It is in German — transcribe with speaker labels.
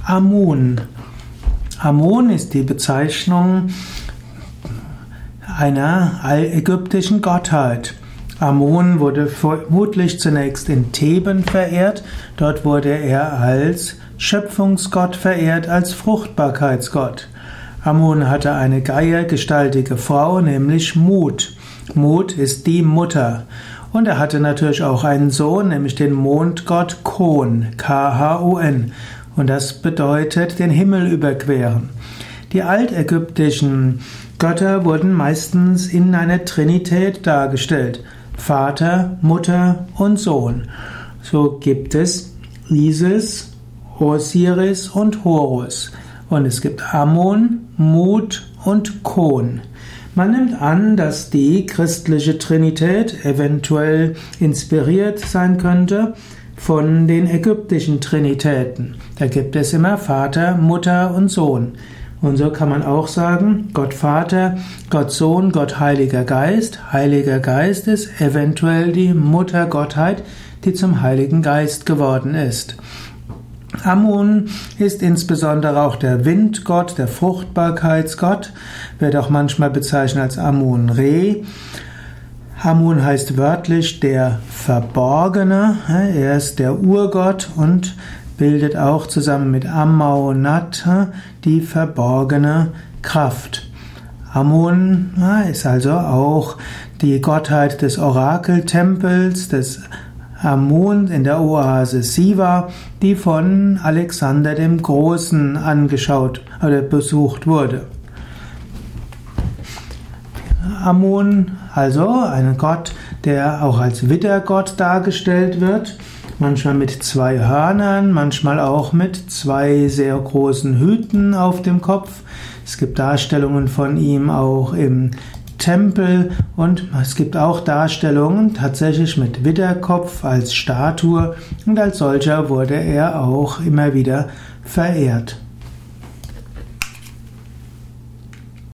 Speaker 1: Amun. Amun ist die Bezeichnung einer ägyptischen Gottheit. Amun wurde vermutlich zunächst in Theben verehrt. Dort wurde er als Schöpfungsgott verehrt, als Fruchtbarkeitsgott. Amun hatte eine geiergestaltige Frau, nämlich Mut. Mut ist die Mutter. Und er hatte natürlich auch einen Sohn, nämlich den Mondgott Khon, Khun. Und das bedeutet den Himmel überqueren. Die altägyptischen Götter wurden meistens in einer Trinität dargestellt. Vater, Mutter und Sohn. So gibt es Isis, Osiris und Horus. Und es gibt Amun, Mut und Khon. Man nimmt an, dass die christliche Trinität eventuell inspiriert sein könnte von den ägyptischen Trinitäten. Da gibt es immer Vater, Mutter und Sohn. Und so kann man auch sagen, Gott Vater, Gott Sohn, Gott Heiliger Geist. Heiliger Geist ist eventuell die Muttergottheit, die zum Heiligen Geist geworden ist. Amun ist insbesondere auch der Windgott, der Fruchtbarkeitsgott, wird auch manchmal bezeichnet als Amun-Re. Amun heißt wörtlich der Verborgene, er ist der Urgott und bildet auch zusammen mit Ammau-Nat die verborgene Kraft. Amun ist also auch die Gottheit des Orakeltempels, des Amun in der Oase Siva, die von Alexander dem Großen angeschaut oder besucht wurde. Amun, also ein Gott, der auch als Widdergott dargestellt wird, manchmal mit 2 Hörnern, manchmal auch mit 2 sehr großen Hüten auf dem Kopf. Es gibt Darstellungen von ihm auch im Tempel und es gibt auch Darstellungen tatsächlich mit Widderkopf als Statue und als solcher wurde er auch immer wieder verehrt.